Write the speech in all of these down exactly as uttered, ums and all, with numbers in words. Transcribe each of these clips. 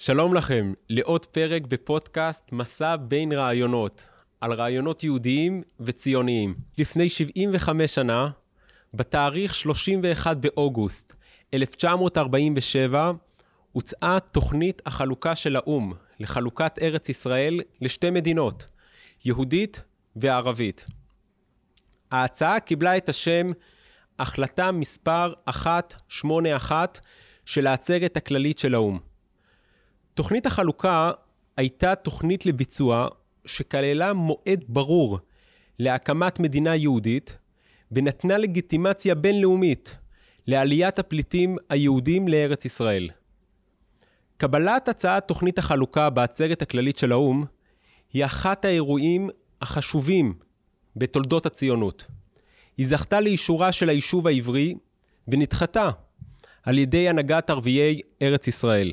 שלום לכם, לעוד פרק בפודקאסט מסע בין רעיונות, על רעיונות יהודיים וציוניים. לפני שבעים וחמש שנה, בתאריך שלושים ואחד באוגוסט אלף תשע מאות ארבעים ושבע, הוצאה תוכנית החלוקה של האום לחלוקת ארץ ישראל לשתי מדינות, יהודית וערבית. ההצעה קיבלה את השם החלטה מספר אחת שמונה אחת של העצרת הכללית של האום. תוכנית החלוקה הייתה תוכנית לביצוע שכללה מועד ברור להקמת מדינה יהודית ונתנה לגיטימציה בינלאומית לעליית הפליטים היהודים לארץ ישראל. קבלת הצעת תוכנית החלוקה בעצרת הכללית של האום היא אחת האירועים החשובים בתולדות הציונות. היא זכתה לאישורה של היישוב העברי ונדחתה על ידי הנהגת ערביי ארץ ישראל.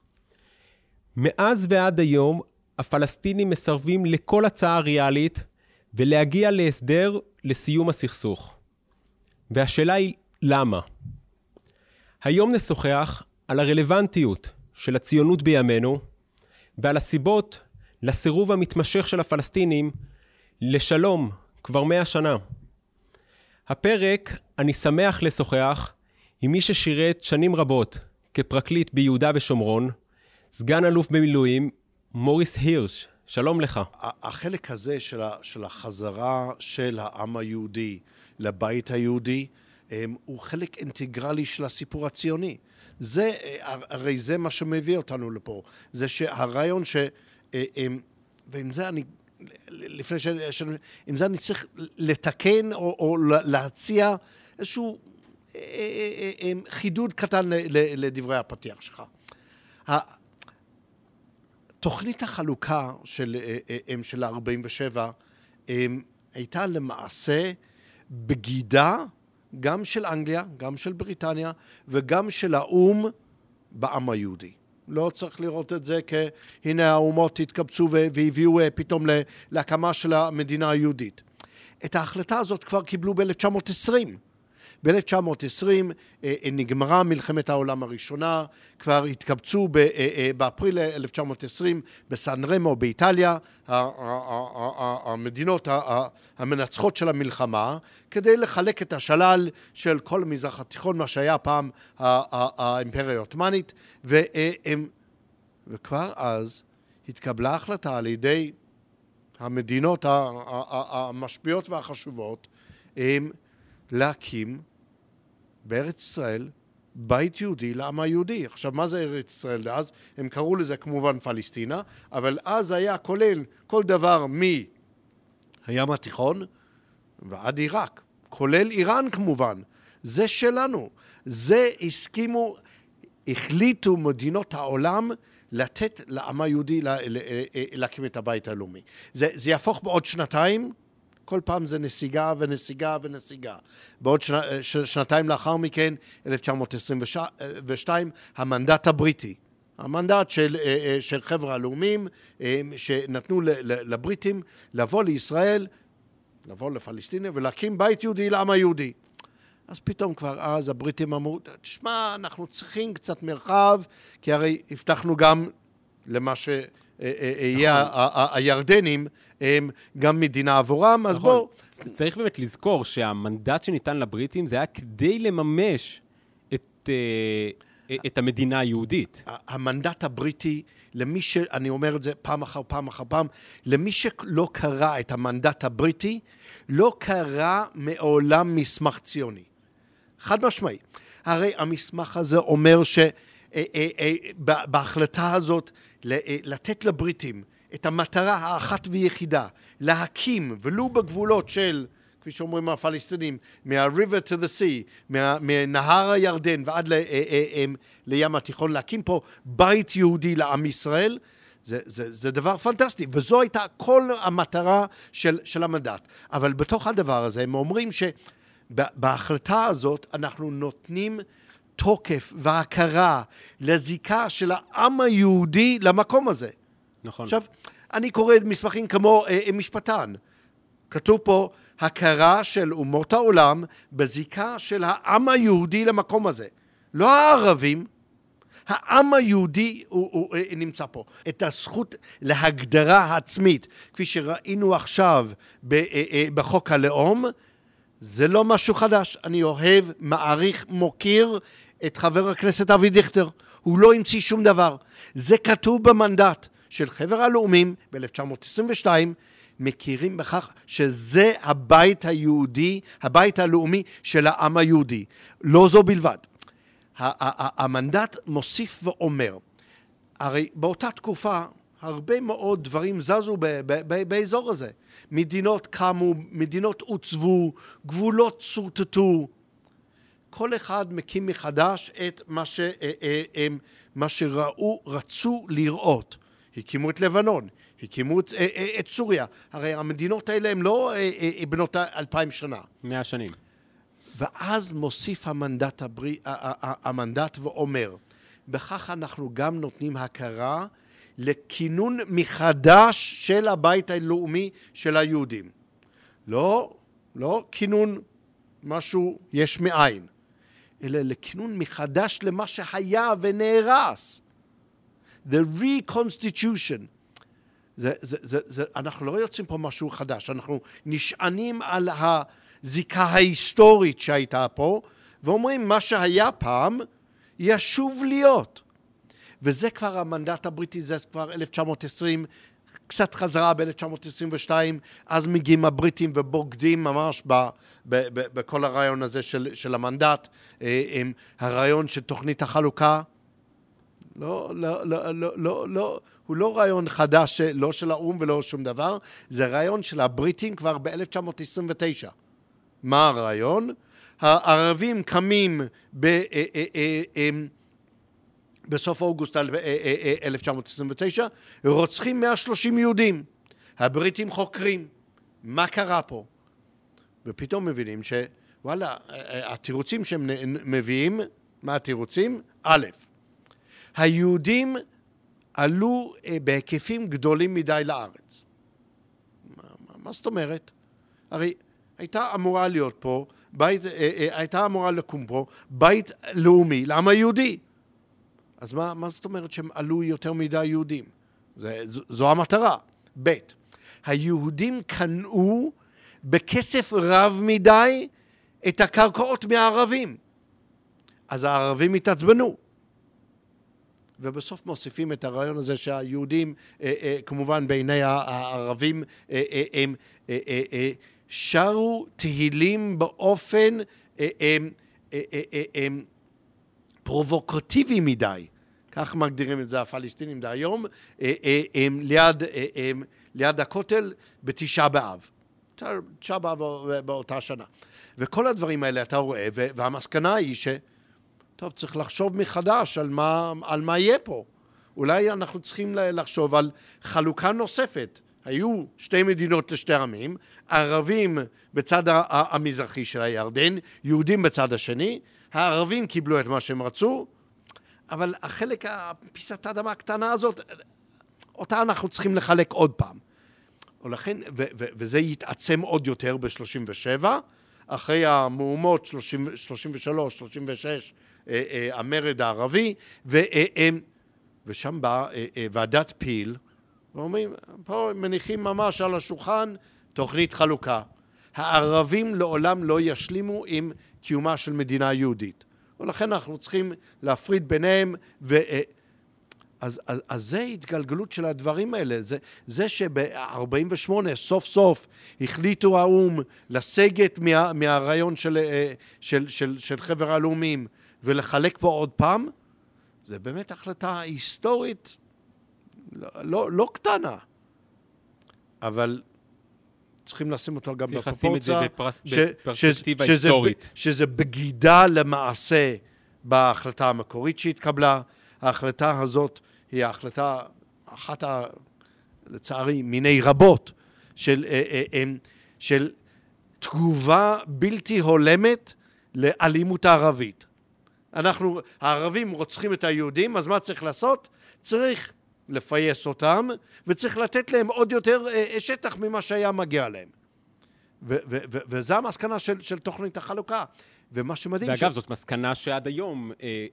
מאז ועד היום הפלסטינים מסרבים לכל הצעה ריאלית ולהגיע להסדר לסיום הסכסוך. והשאלה היא למה? היום נשוחח על הרלוונטיות של הציונות בימינו ועל הסיבות לסירוב המתמשך של הפלסטינים לשלום כבר מאה שנה. הפרק אני שמח לשוחח עם מי ששירת שנים רבות כפרקליט ביהודה ושומרון, סגן אלוף במילואים מוריס הירש. שלום לך. החלק הזה של, ה, של החזרה של העם היהודי לבית היהודי הוא חלק אינטגרלי של הסיפור הציוני. זה, הרי זה מה שמביא אותנו לפה. זה שהרעיון ש... ועם זה אני... לפני ש... עם זה אני צריך לתקן או, או להציע איזשהו חידוד קטן לדברי הפתיח שלך. תוכנית החלוקה של, של ה-ארבעים ושבע הייתה למעשה בגידה גם של אנגליה, גם של בריטניה וגם של האום בעם היהודי. לא צריך לראות את זה כהנה האומות התקבצו והביאו פתאום להקמה של המדינה היהודית. את ההחלטה הזאת כבר קיבלו ב-אלף תשע מאות עשרים. ב-אלף תשע מאות עשרים נגמרה מלחמת העולם הראשונה, כבר התקבצו באפריל אלף תשע מאות עשרים בסן רמו באיטליה, המדינות המנצחות של המלחמה, כדי לחלק את השלל של כל המזרח התיכון, מה שהיה פעם האימפריה העות'מאנית, וכבר אז התקבלה החלטה על ידי המדינות המשפיעות והחשובות להקים בארץ ישראל בית יהודי לעם היהודי. עכשיו, מה זה ארץ ישראל? אז הם קראו לזה כמובן פלסטינה, אבל אז היה כולל כל דבר מהים התיכון ועד עיראק, כולל איראן כמובן. זה שלנו. זה הסכימו, החליטו מדינות העולם לתת לעם היהודי להקים את הבית הלאומי. זה, זה יהפוך בעוד שנתיים, כל פעם זה נסיגה ונסיגה ונסיגה. בעוד שנה, שנתיים לאחר מכן, אלף תשע מאות עשרים ושתיים, המנדט הבריטי. המנדט של, של חבר'ה הלאומים שנתנו לבריטים לבוא לישראל, לבוא לפלסטיניה ולהקים בית יהודי לעם היהודי. אז פתאום כבר אז הבריטים אמרו, תשמע, אנחנו צריכים קצת מרחב, כי הרי הבטחנו גם למה שיהיה הירדנים, גם מדינה עבורם, אז בואו... צריך באמת לזכור שהמנדט שניתן לבריטים זה היה כדי לממש את, את המדינה היהודית. המנדט הבריטי, למי ש... אני אומר את זה פעם אחר פעם אחר פעם, למי שלא קרא את המנדט הבריטי, לא קרא מעולם מסמך ציוני. חד משמעי. הרי המסמך הזה אומר שבהחלטה הזאת לתת לבריטים את המטרה האחת ויחידה, להקים, ולו בגבולות של, כפי שאומרים הפלסטינים, מה-river to the sea, מה, מנהר הירדן ועד ל, לים התיכון, להקים פה בית יהודי לעם ישראל, זה, זה, זה דבר פנטסטי, וזו הייתה כל המטרה של, של המנדט. אבל בתוך הדבר הזה הם אומרים שבהחלטה הזאת אנחנו נותנים תוקף והכרה לזיקה של העם היהודי למקום הזה. נכון. עכשיו, אני קורא מסמכים כמו אה, משפטן. כתוב פה, הכרה של אומות העולם בזיקה של העם היהודי למקום הזה. לא הערבים, העם היהודי הוא, הוא, הוא נמצא פה. את הזכות להגדרה עצמית, כפי שראינו עכשיו בחוק הלאום, זה לא משהו חדש. אני אוהב, מעריך, מוקיר את חבר הכנסת אבי דיכטר. הוא לא המציא שום דבר. זה כתוב במנדט של חבר הלאומים ב-אלף תשע מאות עשרים ושתיים, מכירים בכך שזה הבית היהודי, הבית הלאומי של העם היהודי. לא זו בלבד. המנדט מוסיף ואומר, הרי באותה תקופה הרבה מאוד דברים זזו באזור הזה. מדינות קמו, מדינות עוצבו, גבולות צורטטו. כל אחד מקים מחדש את מה, ש, מה שראו, רצו לראות. הקימו את לבנון, הקימו את, את סוריה. הרי המדינות האלה הן לא בנות אלפיים שנה. מאה שנים. ואז מוסיף המנדט, הברי, המנדט ואומר, בכך אנחנו גם נותנים הכרה לכינון מחדש של הבית הלאומי של היהודים. לא, לא כינון משהו יש מאין, אלא לכינון מחדש למה שהיה ונהרס. The reconstitution. זה, זה, זה, זה, אנחנו לא יוצאים פה משהו חדש, אנחנו נשענים על הזיקה ההיסטורית שהייתה פה, ואומרים מה שהיה פעם ישוב להיות. וזה כבר המנדט הבריטי, זה כבר אלף תשע מאות עשרים, קצת חזרה ב-אלף תשע מאות עשרים ושתיים, אז מגיעים הבריטים ובוגדים ממש ב, ב, ב, בכל הרעיון הזה של, של המנדט, עם הרעיון של תוכנית החלוקה. לא, לא, לא, לא, לא, לא, הוא לא רעיון חדש, לא של האום ולא שום דבר, זה רעיון של הבריטים כבר ב-אלף תשע מאות עשרים ותשע. מה הרעיון? הערבים קמים ב... בסוף אוגוסט אלף תשע מאות עשרים ותשע, רוצחים מאה ושלושים יהודים. הבריטים חוקרים. מה קרה פה? ופתאום מבינים שוואלה, התירוצים שהם מביאים, מה התירוצים? א', היהודים עלו בהיקפים גדולים מדי לארץ. מה, מה, מה זאת אומרת? הרי הייתה אמורה להיות פה, בית, הייתה אמורה לקום פה, בית לאומי לעם היהודי. אז מה, מה זאת אומרת שהם עלו יותר מדי יהודים? זה, זו, זו המטרה. ב', היהודים קנו בכסף רב מדי את הקרקעות מהערבים. אז הערבים התעצבנו. ובסוף מוסיפים את הרעיון הזה שהיהודים, אה, אה, כמובן בעיני הערבים, אה, אה, הם אה, אה, אה, שרו תהילים באופן אה, אה, אה, אה, אה, אה, פרובוקטיבי מדי. כך מגדירים את זה הפלסטינים דהיום, אה, אה, אה, ליד, אה, אה, ליד הכותל בתשעה באב. תשעה באב באותה שנה. וכל הדברים האלה אתה רואה, והמסקנה היא ש... טוב, צריך לחשוב מחדש על מה, על מה יהיה פה. אולי אנחנו צריכים לחשוב על חלוקה נוספת. היו שתי מדינות לשתי עמים, ערבים בצד המזרחי של הירדן, יהודים בצד השני, הערבים קיבלו את מה שהם רצו, אבל החלק, פיסת האדמה הקטנה הזאת, אותה אנחנו צריכים לחלק עוד פעם. ולכן, ו- ו- וזה יתעצם עוד יותר ב-שלושים ושבע, אחרי המהומות שלושים ושלוש, שלושים ושש, המרד הערבי, ושם באה ועדת פיל, ואומרים, פה מניחים ממש על השולחן תוכנית חלוקה. הערבים לעולם לא ישלימו עם קיומה של מדינה יהודית. ולכן אנחנו צריכים להפריד ביניהם, ו... אז, אז, אז זה התגלגלות של הדברים האלה. זה, זה שב-ארבעים ושמונה סוף סוף החליטו האום לסגת מה, מהרעיון של, של, של, של חבר הלאומים ולחלק פה עוד פעם, זה באמת החלטה היסטורית לא, לא, לא קטנה. אבל צריכים לשים אותו גם בפרופורציה, בפרספקטיבה היסטורית. שזה בגידה למעשה בהחלטה המקורית שהתקבלה. ההחלטה הזאת היא ההחלטה, אחת ה... לצערי, מיני רבות, של, של תגובה בלתי הולמת לאלימות הערבית. אנחנו, הערבים רוצחים את היהודים, אז מה צריך לעשות? צריך לפייס אותם, וצריך לתת להם עוד יותר שטח ממה שהיה מגיע להם. ו- ו- ו- וזה המסקנה של, של תוכנית החלוקה. ומה שמדהים... ואגב, ש... זאת מסקנה שעד היום אה, אה,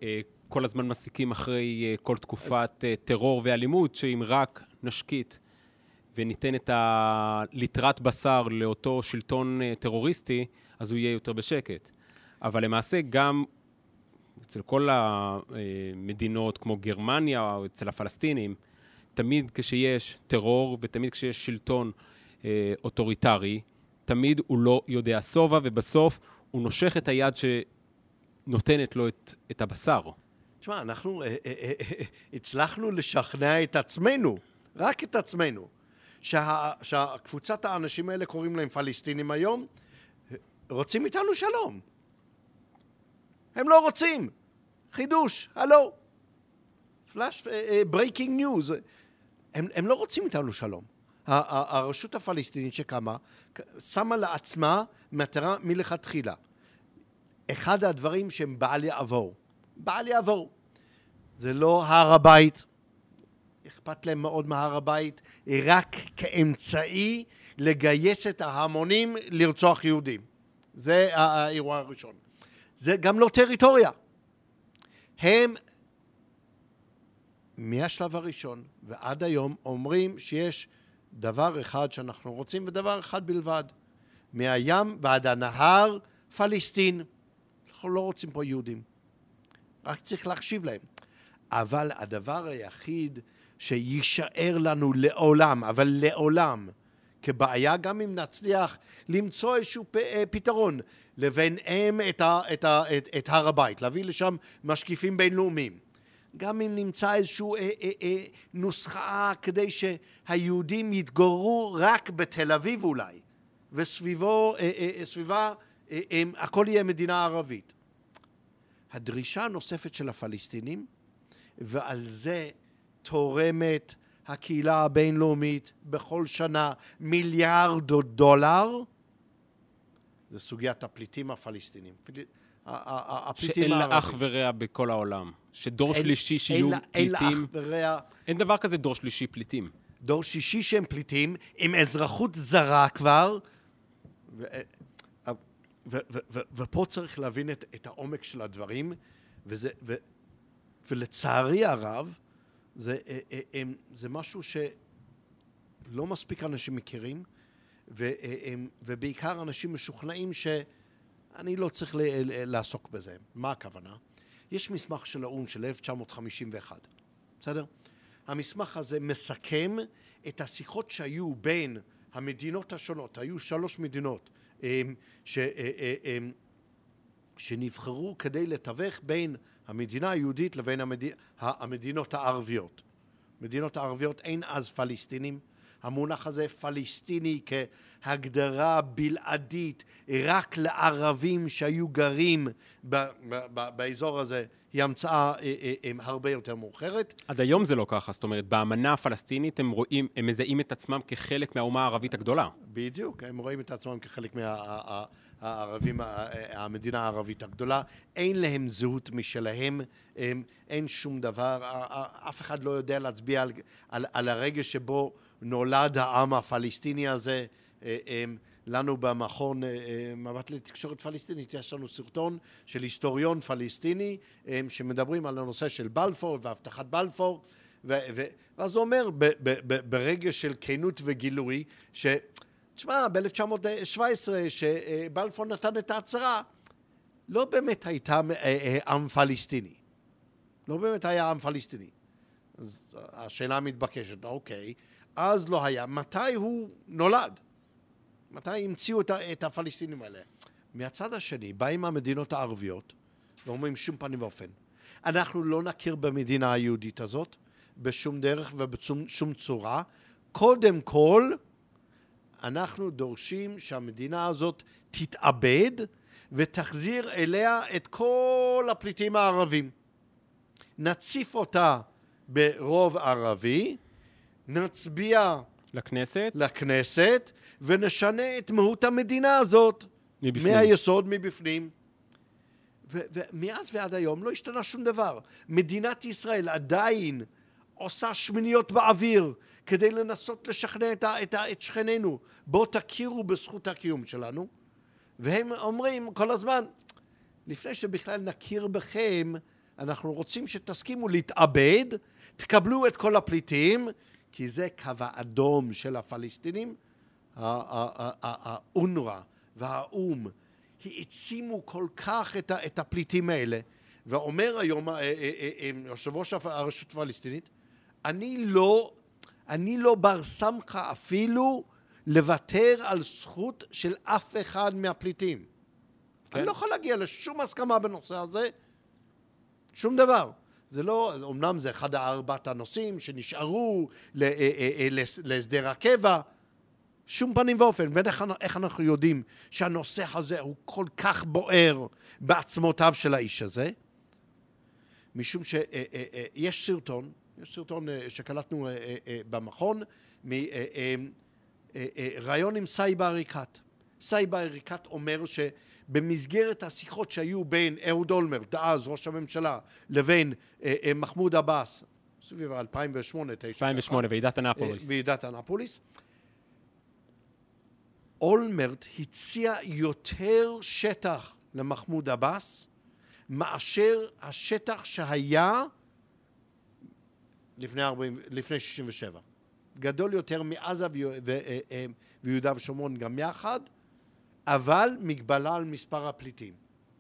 כל הזמן מסיקים אחרי uh, כל תקופת אז... uh, טרור ואלימות, שאם רק נשקיט וניתן את הליטרת בשר לאותו שלטון uh, טרוריסטי, אז הוא יהיה יותר בשקט. אבל למעשה גם אצל כל המדינות כמו גרמניה או אצל הפלסטינים, תמיד כשיש טרור ותמיד כשיש שלטון אה, אוטוריטרי, תמיד הוא לא יודע סובה, ובסוף הוא נושך את היד שנותנת לו את, את הבשר. תשמע, אנחנו אה, אה, אה, אה, הצלחנו לשכנע את עצמנו, רק את עצמנו, שה, שהקבוצת האנשים האלה קוראים להם פלסטינים היום, רוצים איתנו שלום. הם לא רוצים. חידוש, הלו. פלאש, ברייקינג ניוז. הם, הם לא רוצים איתנו שלום. הרשות הפלסטינית שקמה, שמה לעצמה מטרה מלכתחילה. אחד הדברים שהם בעל יעבור. בעל יעבור. זה לא הר הבית. אכפת להם מאוד מהר הבית, רק כאמצעי לגייס את ההמונים לרצוח יהודים. זה האירוע הראשון. זה גם לא טריטוריה. הם מהשלב הראשון ועד היום אומרים שיש דבר אחד שאנחנו רוצים ודבר אחד בלבד. מהים ועד הנהר פלסטין. אנחנו לא רוצים פה יהודים. רק צריך להקשיב להם. אבל הדבר היחיד שישאר לנו לעולם, אבל לעולם, כבעיה, גם אם נצליח למצוא איזשהו פתרון, לביניהם את, ה, את, ה, את, את הר הבית, להביא לשם משקיפים בינלאומיים. גם אם נמצא איזושהי אה, אה, אה, נוסחה כדי שהיהודים יתגוררו רק בתל אביב אולי, וסביבו, אה, אה, סביבה, אה, אה, הכל יהיה מדינה ערבית. הדרישה הנוספת של הפלסטינים, ועל זה תורמת הקהילה הבינלאומית בכל שנה מיליארד דולר, זה סוגיית הפליטים הפלסטינים. שאין לה אח ורע בכל העולם. שדור שלישי שיהיו פליטים. אין לה אח ורע. אין דבר כזה דור שלישי פליטים. דור שישי שהם פליטים, עם אזרחות זרה כבר, ופה צריך להבין את העומק של הדברים, ולצערי הרב, זה, זה משהו שלא מספיק אנשים מכירים, ובעיקר אנשים משוכנעים שאני לא צריך לעסוק בזה. מה הכוונה? יש מסמך של האו"ם של אלף תשע מאות חמישים ואחת, בסדר? המסמך הזה מסכם את השיחות שהיו בין המדינות השונות, היו שלוש מדינות ש, שנבחרו כדי לתווך בין המדינה היהודית לבין המדינה, המדינות הערביות. מדינות הערביות אין אז פלסטינים, המונח הזה פלסטיני כהגדרה בלעדית רק לערבים שהיו גרים ב- ב- ב- באזור הזה, היא המצאה הרבה יותר מאוחרת. עד היום זה לא ככה, זאת אומרת, באמנה הפלסטינית הם רואים, הם מזהים את עצמם כחלק מהאומה הערבית הגדולה. בדיוק, הם רואים את עצמם כחלק מהערבים, המדינה הערבית הגדולה, אין להם זהות משלהם, אין שום דבר, אף אחד לא יודע להצביע על, על, על הרגע שבו נולד העם הפלסטיני הזה. לנו במכון מבט לתקשורת פלסטינית יש לנו סרטון של היסטוריון פלסטיני שמדברים על הנושא של בלפור והבטחת בלפור, ואז הוא אומר ב- ב- ב- ברגע של כנות וגילוי ש... תשמע, ב-אלף תשע מאות שבע עשרה שבלפור נתן את ההצהרה, לא באמת הייתה עם פלסטיני. לא באמת היה עם פלסטיני. אז השאלה מתבקשת, אוקיי, אז לא היה. מתי הוא נולד? מתי המציאו את הפלסטינים האלה? מהצד השני, באים המדינות הערביות, ואומרים שום פנים ואופן. אנחנו לא נכיר במדינה היהודית הזאת, בשום דרך ובשום צורה. קודם כל, אנחנו דורשים שהמדינה הזאת תתאבד, ותחזיר אליה את כל הפליטים הערבים. נציף אותה ברוב ערבי, נצביע לכנסת, לכנסת ונשנה את מהות המדינה הזאת מבפנים. מהיסוד, מבפנים. ו- ומאז ועד היום לא השתנה שום דבר. מדינת ישראל עדיין עושה שמיניות באוויר כדי לנסות לשכנע את, ה- את, ה- את שכנינו. בואו תכירו בזכות הקיום שלנו. והם אומרים כל הזמן, לפני שבכלל נכיר בכם, אנחנו רוצים שתסכימו להתאבד, תקבלו את כל הפליטים, כי זה קו האדום של הפלסטינים. האונר"א והאום העצימו כל כך את הפליטים האלה, ואומר היום יושב ראש הרשות הפלסטינית, אני לא, אני לא בר סמכה אפילו לוותר על זכות של אף אחד מהפליטים. כן? אני לא יכול להגיע לשום הסכמה בנושא הזה, שום דבר. זה לא, אמנם זה אחד הארבעת הנושאים שנשארו להסדר הקבע, שום פנים ואופן. ואיך אנחנו יודעים שהנושא הזה הוא כל כך בוער בעצמותיו של האיש הזה? משום שיש סרטון, יש סרטון שקלטנו במכון, מרעיון עם סאיב עריקאת. סאיב עריקאת אומר שבמסגרת השיחות שהיו בין אהוד אולמרט, דאז ראש הממשלה, לבין מחמוד עבאס, סביב אלפיים ושמונה, אלפיים ושמונה, ועידת אנאפוליס. ועידת אנאפוליס. אולמרט הציע יותר שטח למחמוד עבאס, מאשר השטח שהיה לפני, ארבעים, לפני שישים ושבע. גדול יותר מעזה ויהודה ושומרון גם יחד, אבל מגבלה על מספר הפליטים.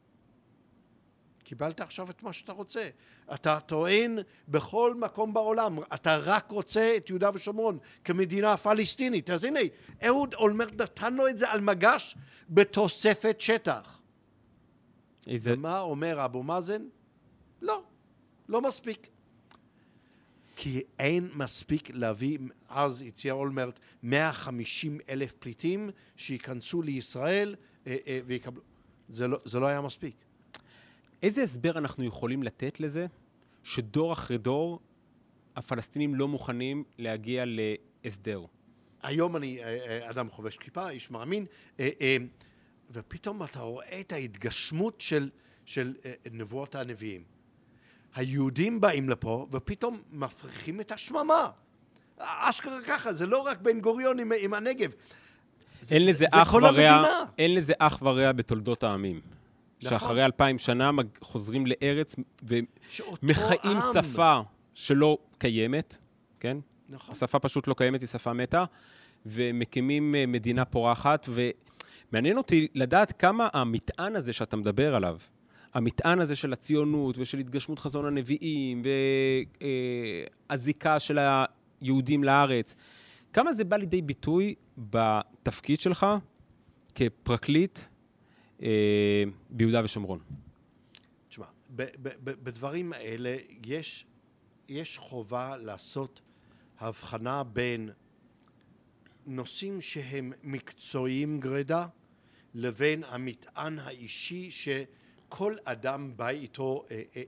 קיבלת עכשיו את מה שאתה רוצה. אתה טוען בכל מקום בעולם, אתה רק רוצה את יהודה ושומרון כמדינה פלסטינית. אז הנה, אהוד אולמרט נתן לו את זה על מגש בתוספת שטח. איזה... ומה אומר אבו מאזן? לא, לא מספיק. כי אין מספיק להביא, אז הציע אולמרט, מאה וחמישים אלף פליטים שיכנסו לישראל אה, אה, ויקבלו. זה לא, זה לא היה מספיק. איזה הסבר אנחנו יכולים לתת לזה, שדור אחרי דור הפלסטינים לא מוכנים להגיע להסדר? היום אני אדם חובש כיפה, איש מאמין, ופתאום אתה רואה את ההתגשמות של, של נבואות הנביאים. היהודים באים לפה ופתאום מפריחים את השממה. אשכרה ככה, זה לא רק בן גוריון עם, עם הנגב. זה, אין לזה זה, אח זה ורע, אין לזה אח ורע בתולדות העמים. נכון. שאחרי אלפיים שנה חוזרים לארץ ומחיים שפה שלא קיימת, כן? נכון. השפה פשוט לא קיימת, היא שפה מתה, ומקימים מדינה פורחת, ומעניין אותי לדעת כמה המטען הזה שאתה מדבר עליו, המטען הזה של הציונות ושל התגשמות חזון הנביאים, והזיקה של היהודים לארץ, כמה זה בא לידי ביטוי בתפקיד שלך כפרקליט, ביהודה ושומרון? תשמע, בדברים האלה יש, יש חובה לעשות הבחנה בין נושאים שהם מקצועיים גרידא, לבין המטען האישי שכל אדם בא איתו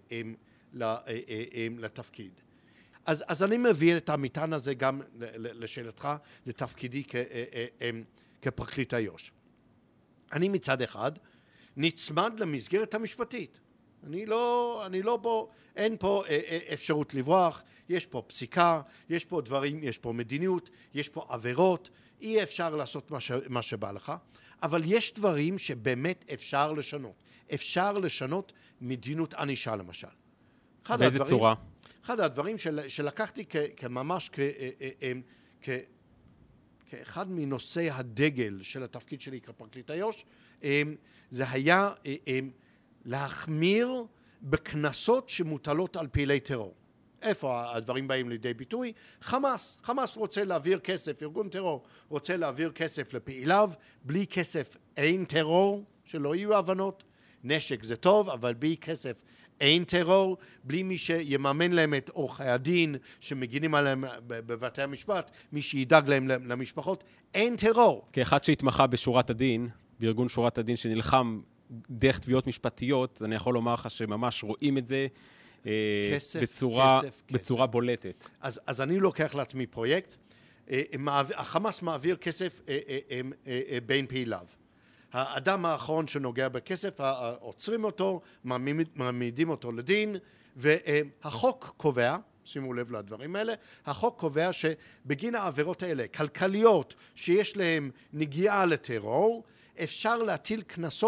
לתפקיד. אז, אז אני מבין את המטען הזה גם לשאלתך, לתפקידי כפרקליט איו"ש. אני מצד אחד נצמד למסגרת המשפטית. אני לא, אני לא פה, אין פה אפשרות לברוח, יש פה פסיקה, יש פה דברים, יש פה מדיניות, יש פה עבירות, אי אפשר לעשות מה, ש, מה שבא לך, אבל יש דברים שבאמת אפשר לשנות. אפשר לשנות מדיניות ענישה למשל. באיזה הדברים, צורה? אחד הדברים של, שלקחתי כ, כממש כ, כ, כאחד מנושאי הדגל של התפקיד שלי כפרקליט איו"ש, זה היה להחמיר בכנסות שמוטלות על פעילי טרור. איפה הדברים באים לידי ביטוי? חמאס. חמאס רוצה להעביר כסף, ארגון טרור רוצה להעביר כסף לפעיליו, בלי כסף אין טרור, שלא יהיו הבנות. נשק זה טוב, אבל בלי כסף אין טרור, בלי מי שיממן להם את עורכי הדין שמגינים עליהם בבתי המשפט, מי שידאג להם למשפחות, אין טרור. כאחד שהתמחה בשורת הדין, בארגון שורת הדין שנלחם דרך תביעות משפטיות, אני יכול לומר לך שממש רואים את זה כסף, בצורה, כסף, בצורה כסף. בולטת. אז, אז אני לוקח לעצמי פרויקט, החמאס מעביר כסף בין פעיליו. האדם האחרון שנוגע בכסף, עוצרים אותו, מעמידים אותו לדין, והחוק קובע, שימו לב לדברים האלה, החוק קובע שבגין העבירות האלה, כלכליות שיש להם נגיעה לטרור, אפשר להטיל קנסות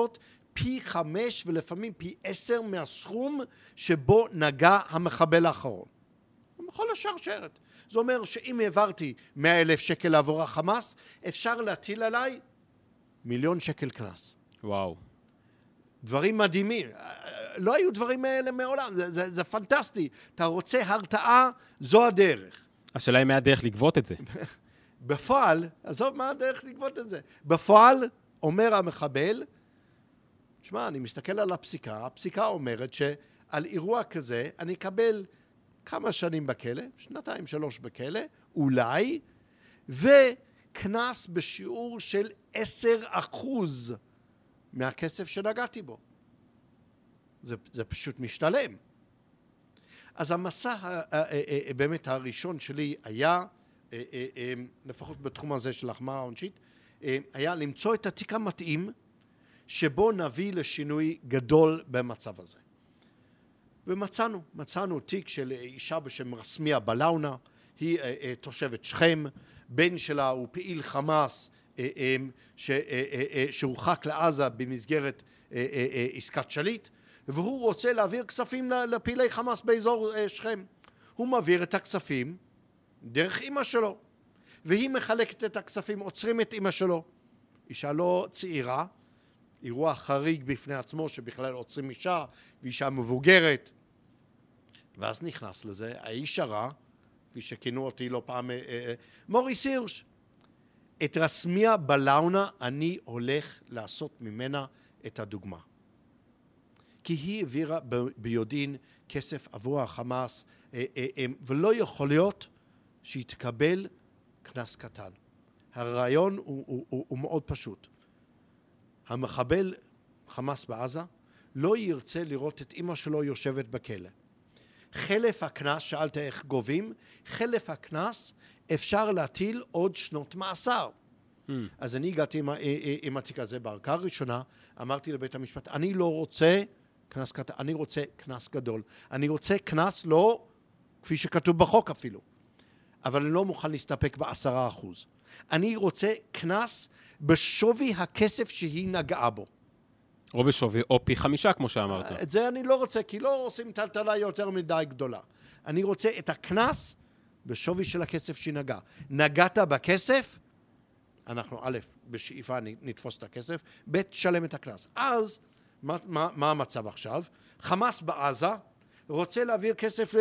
פי חמש ולפעמים פי עשר מהסכום שבו נגע המחבל האחרון. בכל השרשרת. זה אומר שאם העברתי מאה אלף שקל עבור החמאס, אפשר להטיל עליי מיליון שקל קנס. וואו. דברים מדהימים. לא היו דברים האלה מעולם. זה, זה, זה פנטסטי. אתה רוצה הרתעה, זו הדרך. השאלה אם היה דרך לגבות את זה. בפועל, עזוב מה הדרך לגבות את זה. בפועל, אומר המחבל, תשמע, אני מסתכל על הפסיקה, הפסיקה אומרת שעל אירוע כזה אני אקבל כמה שנים בכלא, שנתיים, שלוש בכלא, אולי, וכנס בשיעור של עשר אחוז מהכסף שנגעתי בו. זה, זה פשוט משתלם. אז המסע באמת הראשון שלי היה, לפחות בתחום הזה של החמרה העונשית, היה למצוא את התיק המתאים שבו נביא לשינוי גדול במצב הזה. ומצאנו, מצאנו תיק של אישה בשם רסמיה בלאונה, היא תושבת שכם, בן שלה הוא פעיל חמאס שהורחק לעזה במסגרת עסקת שליט, והוא רוצה להעביר כספים לפעילי חמאס באזור שכם. הוא מעביר את הכספים דרך אמא שלו, והיא מחלקת את הכספים, עוצרים את אמא שלו. אישה לא צעירה, אירוע חריג בפני עצמו שבכלל עוצרים אישה, ואישה מבוגרת. ואז נכנס לזה האיש הרע, כפי שכינו אותי לא פעם, אה, אה, מוריס הירש. את רסמיה בלאונה אני הולך לעשות ממנה את הדוגמה. כי היא העבירה ביודעין כסף עבור החמאס, אה, אה, אה, ולא יכול להיות שהיא תקבל קנס קטן. הרעיון הוא, הוא, הוא, הוא מאוד פשוט. המחבל חמאס בעזה לא ירצה לראות את אמא שלו יושבת בכלא. חלף הקנס, שאלת איך גובים, חלף הקנס אפשר להטיל עוד שנות מאסר. Mm. אז אני הגעתי עם, עם התיק הזה בערכאה הראשונה, אמרתי לבית המשפט, אני לא רוצה קנס קטן, אני רוצה קנס גדול. אני רוצה קנס לא, כפי שכתוב בחוק אפילו, אבל אני לא מוכן להסתפק בעשרה אחוז. אני רוצה קנס בשווי הכסף שהיא נגעה בו. או בשווי, או פי חמישה, כמו שאמרת. את זה אני לא רוצה, כי לא עושים טלטלה יותר מדי גדולה. אני רוצה את הקנס בשווי של הכסף שהיא נגעה. נגעת בכסף, אנחנו א', בשאיפה נתפוס את הכסף, ב', תשלם את הקנס. אז, מה, מה, מה המצב עכשיו? חמאס בעזה רוצה להעביר כסף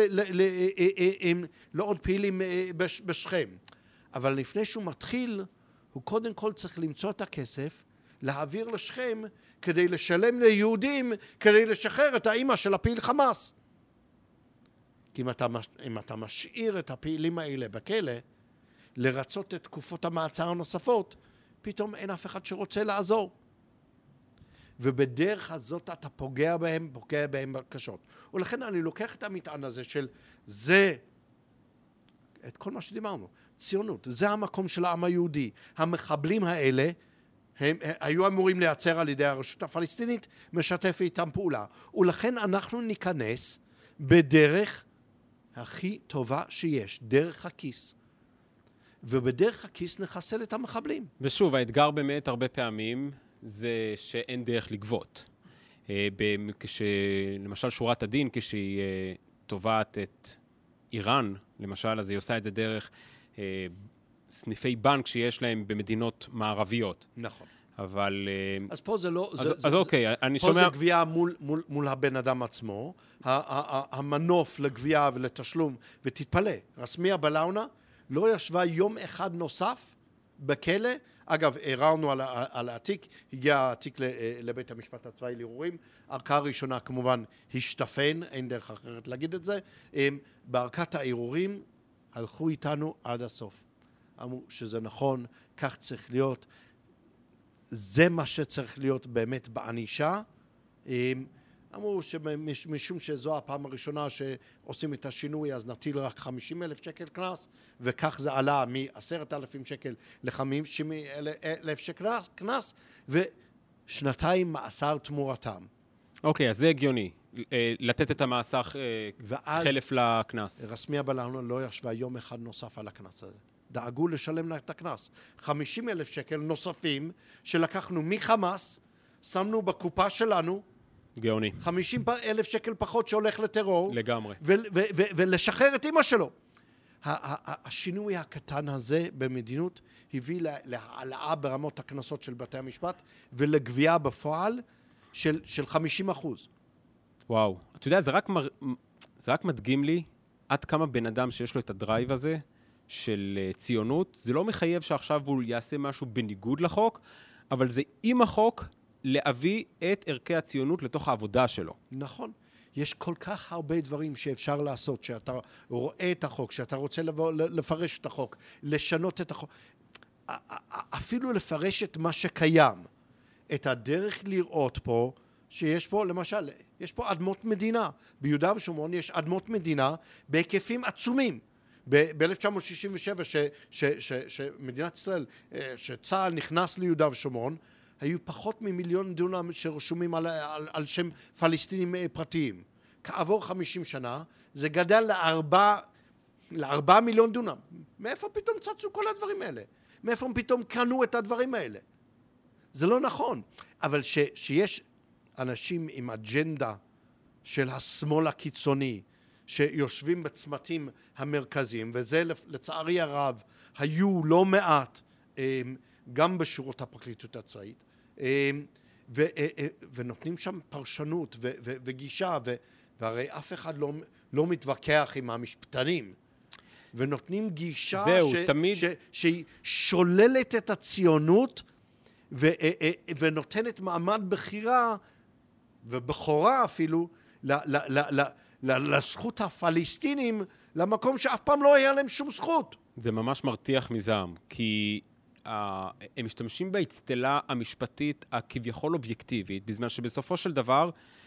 לעוד פעילים בשכם. אבל לפני שהוא מתחיל, הוא קודם כל צריך למצוא את הכסף, להעביר לשכם, כדי לשלם ליהודים, כדי לשחרר את האמא של הפעיל חמאס. כי אם אתה, אם אתה משאיר את הפעילים האלה בכלא, לרצות את תקופות המעצר הנוספות, פתאום אין אף אחד שרוצה לעזור. ובדרך הזאת אתה פוגע בהם, פוגע בהם בקשות. ולכן אני לוקח את המטען הזה של זה, את כל מה שדיברנו, ציונות, זה המקום של העם היהודי. המחבלים האלה, הם היו אמורים לייצר על ידי הרשות הפלסטינית, משתף איתם פעולה. ולכן אנחנו ניכנס בדרך הכי טובה שיש, דרך הכיס. ובדרך הכיס נחסל את המחבלים. ושוב, האתגר באמת הרבה פעמים זה שאין דרך לגבות. כשלמשל שורת הדין, כשהיא תובעת את איראן, למשל, אז היא עושה את זה דרך סניפי בנק שיש להם במדינות מערביות. נכון. אבל... אז פה זה לא... אז, זה, אז זה, אוקיי, זה, אני פה שומע... פה זה גבייה מול, מול, מול הבן אדם עצמו, המנוף לגבייה ולתשלום, ותתפלא, רסמיה בלאונה לא ישבה יום אחד נוסף בכלא. אגב, ערערנו על, על התיק, הגיע התיק לבית המשפט הצבאי לערעורים, ערכאה ראשונה כמובן השתפן, אין דרך אחרת להגיד את זה, בערכת הערעורים הלכו איתנו עד הסוף. אמרו שזה נכון, כך צריך להיות, זה מה שצריך להיות באמת בענישה. אמרו שמשום שזו הפעם הראשונה שעושים את השינוי, אז נטיל רק חמישים אלף שקל קנס, וכך זה עלה מ-עשרת אלפים שקל ל-חמישים אלף שקל קנס, ושנתיים מאסר תמורתם. אוקיי, אז זה הגיוני, לתת את המאסר חלף לקנס. רסמיה בלאונה לא ישבה יום אחד נוסף על הקנס הזה. דאגו לשלם לה את הקנס. חמישים אלף שקל נוספים שלקחנו מחמאס, שמנו בקופה שלנו גאוני. חמישים אלף שקל פחות שהולך לטרור. לגמרי. ו- ו- ו- ולשחרר את אמא שלו. השינוי הקטן הזה במדינות הביא להעלאה ברמות הכנסות של בתי המשפט ולגבייה בפועל של, של חמישים אחוז. וואו. אתה יודע, זה רק, מר... זה רק מדגים לי עד כמה בן אדם שיש לו את הדרייב הזה של ציונות, זה לא מחייב שעכשיו הוא יעשה משהו בניגוד לחוק, אבל זה עם החוק להביא את ערכי הציונות לתוך העבודה שלו. נכון. יש כל כך הרבה דברים שאפשר לעשות, שאתה רואה את החוק, שאתה רוצה לבוא, לפרש את החוק, לשנות את החוק, אפילו לפרש את מה שקיים. את הדרך לראות פה, שיש פה, למשל, יש פה אדמות מדינה. ביהודה ושומרון יש אדמות מדינה בהיקפים עצומים. ב-אלף תשע מאות שישים ושבע, ש- ש- ש- שמדינת ישראל, שצה"ל נכנס ליהודה ושומרון, היו פחות ממיליון דונם שרשומים על, על, על שם פלסטינים פרטיים. כעבור חמישים שנה, זה גדל לארבע, לארבע מיליון דונם. מאיפה פתאום צצו כל הדברים האלה? מאיפה פתאום קנו את הדברים האלה? זה לא נכון. אבל ש, שיש אנשים עם אג'נדה של השמאל הקיצוני, שיושבים בצמתים המרכזיים, וזה לצערי הרב, היו לא מעט, גם בשורות הפרקליטות הצבאית, ו, ונותנים שם פרשנות ו, ו, וגישה, ו, והרי אף אחד לא, לא מתווכח עם המשפטנים, ונותנים גישה זהו, ש, תמיד... ש, שהיא שוללת את הציונות, ו, ונותנת מעמד בחירה, ובכורה אפילו, ל, ל, ל, ל, לזכות הפלסטינים, למקום שאף פעם לא היה להם שום זכות. זה ממש מרתיח מזעם, כי uh, הם משתמשים באצטלה המשפטית הכביכול אובייקטיבית, בזמן שבסופו של דבר,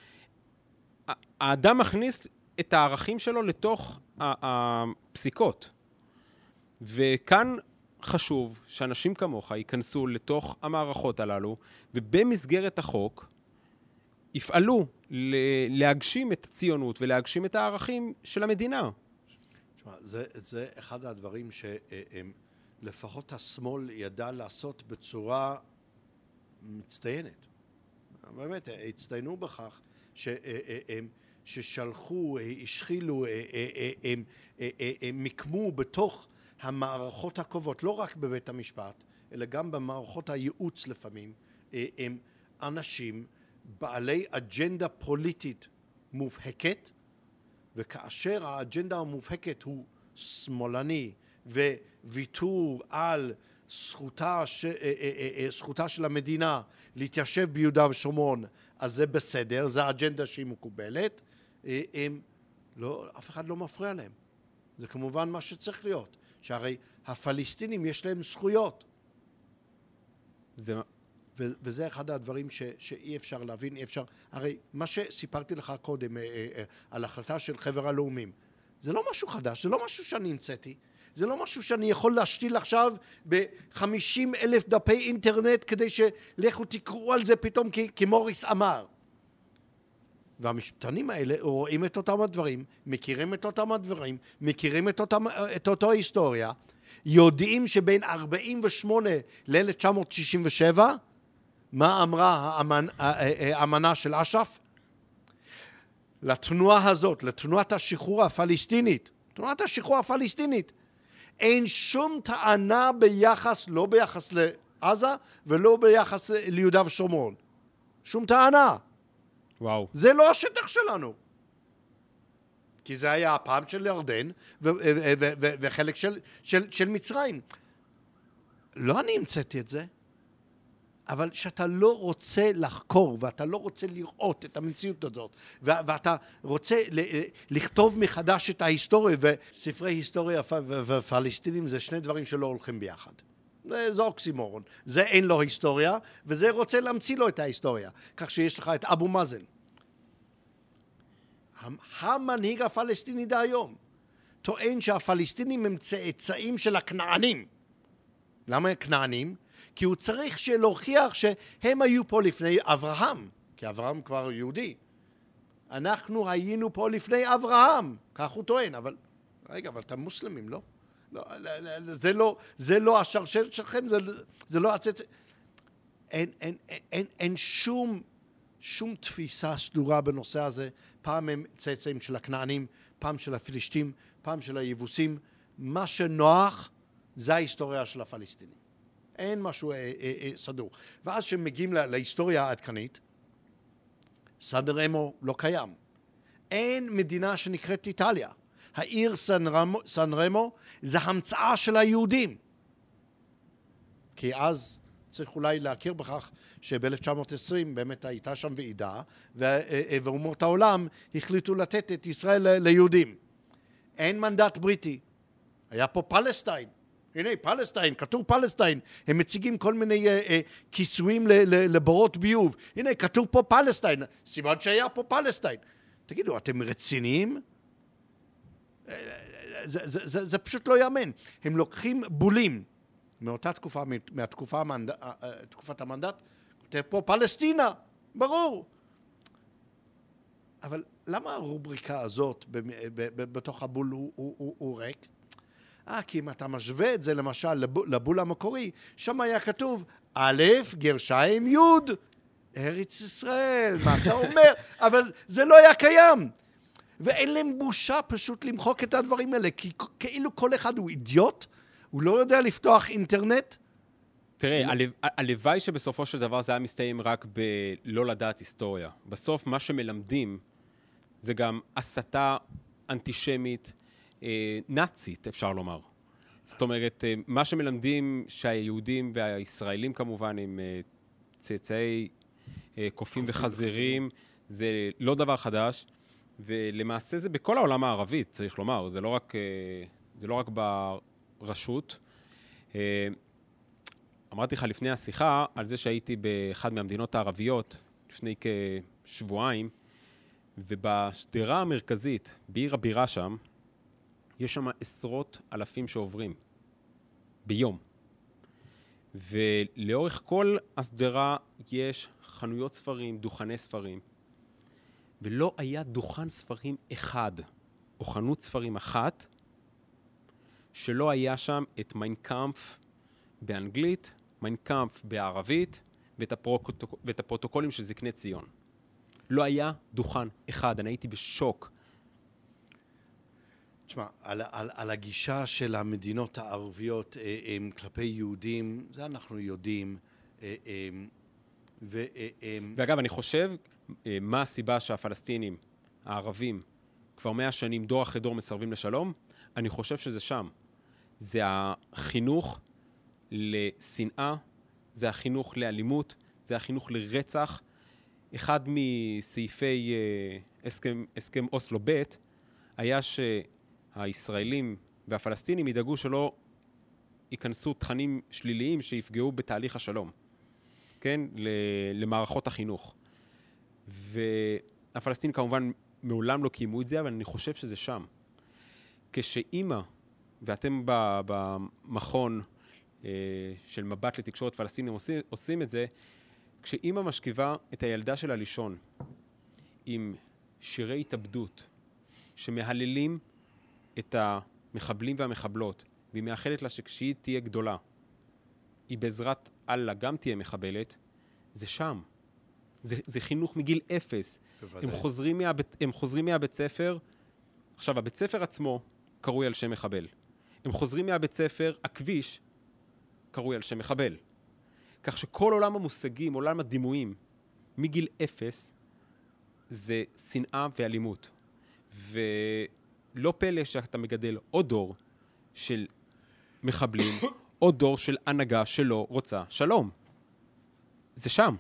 האדם מכניס את הערכים שלו לתוך הפסיקות. וכאן חשוב שאנשים כמוך ייכנסו לתוך המערכות הללו, ובמסגרת החוק יפעלו להגשים את הציונות ולהגשים את הערכים של המדינה. תשמע, זה, זה אחד הדברים שלפחות השמאל ידע לעשות בצורה מצטיינת. באמת, הצטיינו בכך שהם ששלחו, השחילו, הם, הם מיקמו בתוך המערכות הקובעות, לא רק בבית המשפט, אלא גם במערכות הייעוץ לפעמים, הם אנשים בעלי אג'נדה פוליטית מובהקת, וכאשר האג'נדה המובהקת הוא שמאלני וויתור על זכותה, ש... זכותה של המדינה להתיישב ביהודה ושומרון, אז זה בסדר, זה האג'נדה שהיא מקובלת, הם... לא, אף אחד לא מפריע להם. זה כמובן מה שצריך להיות, שהרי הפלסטינים יש להם זכויות. זה... ו- וזה אחד הדברים ש- שאי אפשר להבין, אי אפשר, הרי מה שסיפרתי לך קודם אה, אה, על החלטה של חבר הלאומים, זה לא משהו חדש, זה לא משהו שאני המצאתי, זה לא משהו שאני יכול להשתיל עכשיו ב-חמישים אלף דפי אינטרנט כדי שלכו תקראו על זה פתאום כי, כי מוריס אמר. והמשפטנים האלה רואים את אותם הדברים, מכירים את אותם הדברים, מכירים את, אותם, את אותו ההיסטוריה, יודעים שבין ארבעים ושמונה ל-אלף תשע מאות שישים ושבע, מה אמרה האמנה של אש"ף? לתנועה הזאת, לתנועת השחרור הפלסטינית, תנועת השחרור הפלסטינית, אין שום טענה ביחס, לא ביחס לעזה ולא ביחס ליהודה ושומרון. שום טענה. וואו. זה לא השטח שלנו. כי זה היה הפעם של ירדן ו- ו- ו- ו- וחלק של, של, של מצרים. לא אני המצאתי את זה, אבל שאתה לא רוצה לחקור ואתה לא רוצה לראות את המציאות הזאת, ו- ואתה רוצה ל- לכתוב מחדש את ההיסטוריה, וספרי היסטוריה ו- ופלסטינים זה שני דברים שלא הולכים ביחד. זה, זה אוקסימורון. זה אין לו היסטוריה, וזה רוצה להמציא לו את ההיסטוריה. כך שיש לך את אבו מאזן. המנהיג הפלסטיני דהיום טוען שהפלסטינים הם צאצאים של הכנענים. למה כנענים? כי הוא צריך להוכיח שהם היו פה לפני אברהם, כי אברהם כבר יהודי. אנחנו היינו פה לפני אברהם, כך הוא טוען, אבל רגע, אבל אתם מוסלמים, לא? לא, זה לא, זה לא השרשרת שלכם, זה, זה לא הצאצא. אין, אין, אין, אין שום, שום תפיסה סדורה בנושא הזה. פעם הם צאצאים של הכנענים, פעם של הפלישתים, פעם של היבוסים. מה שנוח זה ההיסטוריה של הפלסטינים. אין משהו אה, אה, אה, סדור. ואז כשמגיעים לה, להיסטוריה העדכנית, סן רמו לא קיים. אין מדינה שנקראת איטליה. העיר סן רמו, סן רמו זה המצאה של היהודים. כי אז צריך אולי להכיר בכך שב-אלף תשע מאות עשרים באמת הייתה שם ועידה, ואומות העולם החליטו לתת את ישראל ליהודים. אין מנדט בריטי. היה פה פלסטיין. הנה, פלסטיין, כתוב פלסטיין. הם מציגים כל מיני אה, אה, כיסויים לבורות ביוב. הנה, כתוב פה פלסטיין. סימן שהיה פה פלסטיין. תגידו, אתם רציניים? זה, זה, זה, זה פשוט לא יאמן. הם לוקחים בולים מאותה תקופה, מהתקופה המנד... תקופת המנדט, כותב פה פלסטינה, ברור. אבל למה הרובריקה הזאת בתוך הבול הוא, הוא, הוא, הוא ריק? אה, כי אם אתה משווה את זה למשל לבול המקורי, שם היה כתוב א' גרשיים י' ארץ ישראל, מה אתה אומר? אבל זה לא היה קיים. ואין להם בושה פשוט למחוק את הדברים האלה, כי כאילו כל אחד הוא אידיוט, הוא לא יודע לפתוח אינטרנט. תראה, הלוואי שבסופו של דבר זה היה מסתיים רק בלא לדעת היסטוריה. בסוף מה שמלמדים זה גם הסתה אנטישמית, נאצית, אפשר לומר. זאת אומרת, מה שמלמדים שהיהודים והישראלים כמובן הם צאצאי קופים וחזירים, זה לא דבר חדש, ולמעשה זה בכל העולם הערבי, צריך לומר, זה לא רק, זה לא רק ברשות. אמרתי לך לפני השיחה על זה שהייתי באחד מהמדינות הערביות לפני כשבועיים, ובשדרה המרכזית, בעיר הבירה שם, יש שם עשרות אלפים שעוברים ביום. ולאורך כל השדרה יש חנויות ספרים, דוכני ספרים. ולא היה דוכן ספרים אחד, או חנות ספרים אחת, שלא היה שם את מיין קאמפף באנגלית, מיין קאמפף בערבית, ואת, הפרוטוק... ואת הפרוטוקולים של זקני ציון. לא היה דוכן אחד, אני הייתי בשוק. תשמע, על, על, על הגישה של המדינות הערביות אה, הם, כלפי יהודים, זה אנחנו יודעים. אה, אה, ו, אה, אה, ואגב, אני חושב, אה, מה הסיבה שהפלסטינים, הערבים, כבר מאה שנים, דור אחרי דור מסרבים לשלום? אני חושב שזה שם. זה החינוך לשנאה, זה החינוך לאלימות, זה החינוך לרצח. אחד מסעיפי אה, הסכם, הסכם אוסלו ב' היה שהישראלים והפלסטינים ידאגו שלא ייכנסו תכנים שליליים שיפגעו בתהליך השלום, כן? למערכות החינוך. והפלסטינים כמובן מעולם לא קיימו את זה, אבל אני חושב שזה שם. כשאימא, ואתם במכון אה, של מבט לתקשורת פלסטינים עושים, עושים את זה, כשאימא משכיבה את הילדה שלה לישון עם שירי התאבדות שמהללים את המחבלים והמחבלות, והיא מאחלת לה שכשהיא תהיה גדולה, היא בעזרת אללה גם תהיה מחבלת, זה שם. זה, זה חינוך מגיל אפס. הם חוזרים, מהבית, הם חוזרים מהבית ספר, עכשיו הבית ספר עצמו קרוי על שם מחבל. הם חוזרים מהבית ספר, הכביש קרוי על שם מחבל. כך שכל עולם המושגים, עולם הדימויים, מגיל אפס, זה שנאה ואלימות. ולא פלא שאתה מגדל עוד דור של מחבלים, עוד דור של הנהגה שלא רוצה שלום. זה שם.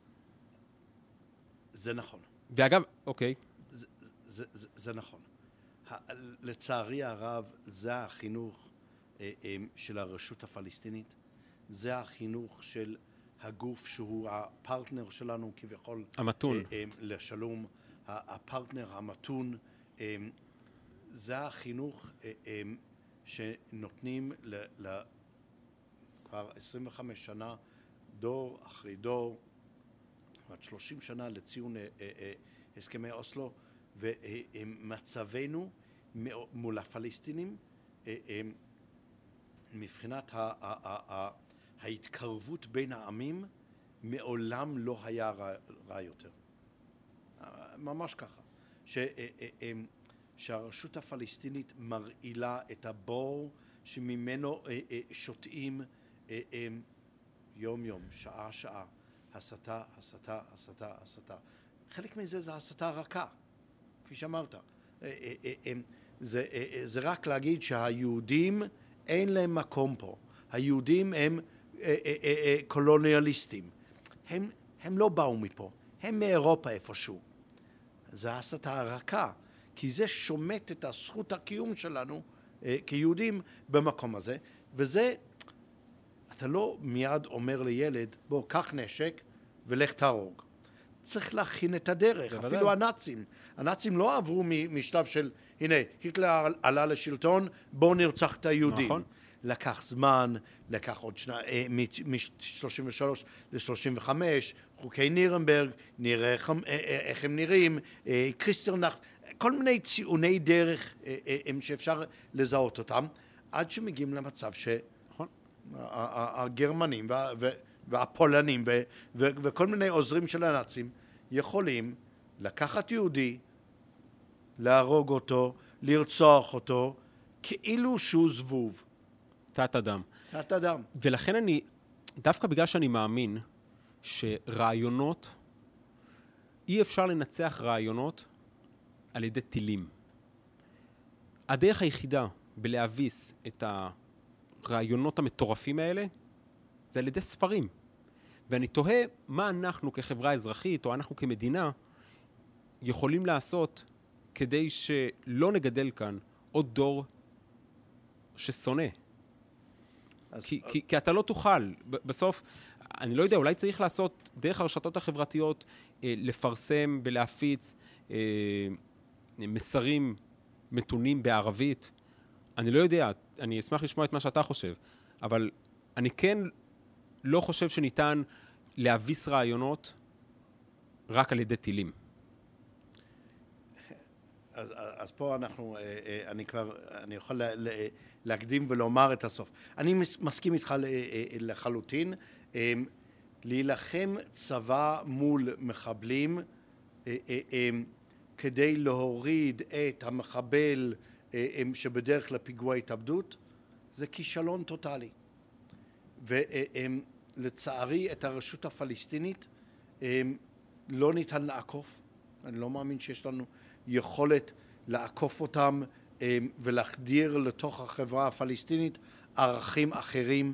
זה נכון. ואגב, אוקיי. זה, זה, זה, זה נכון. ה, לצערי הרב, זה החינוך אה, אה, של הרשות הפלסטינית. זה החינוך של הגוף שהוא הפרטנר שלנו כביכול. המתון. אה, אה, לשלום. הפרטנר המתון. אה, זה החינוך אה, אה, שנותנים ל, ל, כבר עשרים וחמש שנה, דור אחרי דור, עד שלושים שנה לציון אה, אה, הסכמי אוסלו, ומצבנו מול הפלסטינים, אה, אה, מבחינת ה, ה, ה, ה, ההתקרבות בין העמים, מעולם לא היה רע, רע יותר. ממש ככה. ש, שהרשות הפלסטינית מרעילה את הבור שממנו שותים יום יום, שעה שעה, הסתה, הסתה, הסתה, הסתה. חלק מזה זה הסתה רכה, כפי שאמרת. זה, זה רק להגיד שהיהודים אין להם מקום פה. היהודים הם קולוניאליסטים. הם, הם לא באו מפה, הם מאירופה איפשהו. זה הסתה רכה, כי זה שומט את הזכות הקיום שלנו כיהודים במקום הזה, וזה, אתה לא מיד אומר לילד, בוא, קח נשק ולך תהרוג. צריך להכין את הדרך, בוודאי. אפילו הנאצים. הנאצים לא עברו משלב של, הנה, היטלר עלה לשלטון, בואו נרצח את היהודים. נכון. לקח זמן, לקח עוד שנה, מ-שלושים ושלוש ל-שלושים וחמש, חוקי נירנברג, נראה איך הם נראים, קריסטרנחט, כל מיני ציוני דרך שאפשר לזהות אותם, עד שמגיעים למצב שהגרמנים והפולנים וכל מיני עוזרים של הנאצים יכולים לקחת יהודי, להרוג אותו, לרצוח אותו, כאילו שהוא זבוב. תת אדם. תת אדם. ולכן אני, דווקא בגלל שאני מאמין שרעיונות, אי אפשר לנצח רעיונות על ידי טילים. הדרך היחידה בלהביס את הרעיונות המטורפים האלה, זה על ידי ספרים. ואני תוהה מה אנחנו כחברה אזרחית, או אנחנו כמדינה, יכולים לעשות כדי שלא נגדל כאן עוד דור ששונא. אז... כי, כי, כי אתה לא תוכל. בסוף, אני לא יודע, אולי צריך לעשות דרך הרשתות החברתיות, אה, לפרסם ולהפיץ אה, מסרים מתונים בערבית. אני לא יודע, אני אשמח לשמוע את מה שאתה חושב, אבל אני כן לא חושב שניתן להביס רעיונות רק על ידי טילים. אז, אז פה אנחנו, אני כבר, אני יכול להקדים ולומר את הסוף. אני מסכים איתך לחלוטין, להילחם צבא מול מחבלים כדי להוריד את המחבל שבדרך לפיגוע התאבדות, זה כישלון טוטלי. ולצערי את הרשות הפלסטינית לא ניתן לעקוף. אני לא מאמין שיש לנו יכולת לעקוף אותם ולהחדיר לתוך החברה הפלסטינית ערכים אחרים.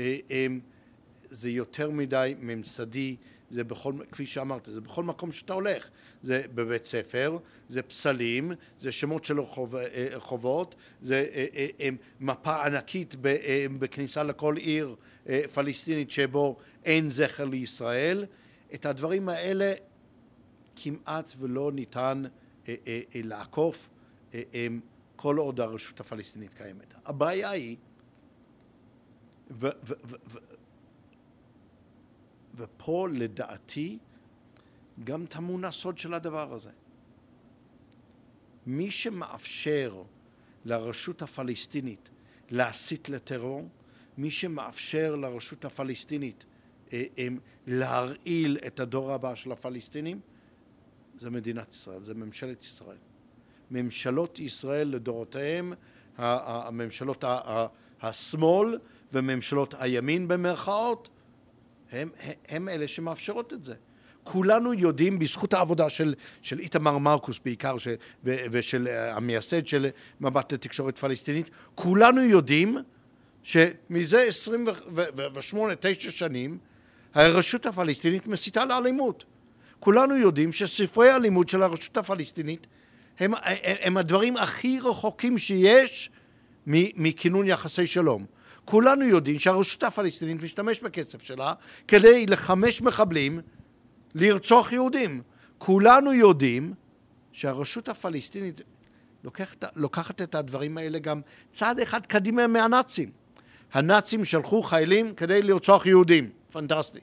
זה יותר מדי ממסדי, זה בכל, כפי שאמרת, זה בכל מקום שאתה הולך. זה בבית ספר, זה פסלים, זה שמות של רחובות, זה מפה ענקית בכניסה לכל עיר פלסטינית שבו אין זכר לישראל. את הדברים האלה כמעט ולא ניתן לעקוף כל עוד הרשות הפלסטינית קיימת. הבעיה היא, ו, ו, ו, ו, ופה לדעתי גם טמון הסוד של הדבר הזה. מי שמאפשר לרשות הפלסטינית להסית לטרור, מי שמאפשר לרשות הפלסטינית להרעיל את הדור הבא של הפלסטינים, זה מדינת ישראל, זה ממשלת ישראל. ממשלות ישראל לדורותיהם, הממשלות השמאל וממשלות הימין במרכאות, הם, הם אלה שמאפשרות את זה. כולנו יודעים, בזכות העבודה של, של איתמר מרקוס בעיקר, ש, ו, ושל המייסד של מבט לתקשורת פלסטינית, כולנו יודעים שמזה עשרים ושמונה תשע שנים, הרשות הפלסטינית מסיתה לאלימות. כולנו יודעים שספרי הלימוד של הרשות הפלסטינית הם, הם, הם הדברים הכי רחוקים שיש מכינון יחסי שלום. כולנו יודעים שהרשות הפלסטינית משתמש בכסף שלה כדי לחמש מחבלים לרצוח יהודים. כולנו יודעים שהרשות הפלסטינית לוקחת, לוקחת את הדברים האלה גם צעד אחד קדימה מהנאצים. הנאצים שלחו חיילים כדי לרצוח יהודים. פנטסטי.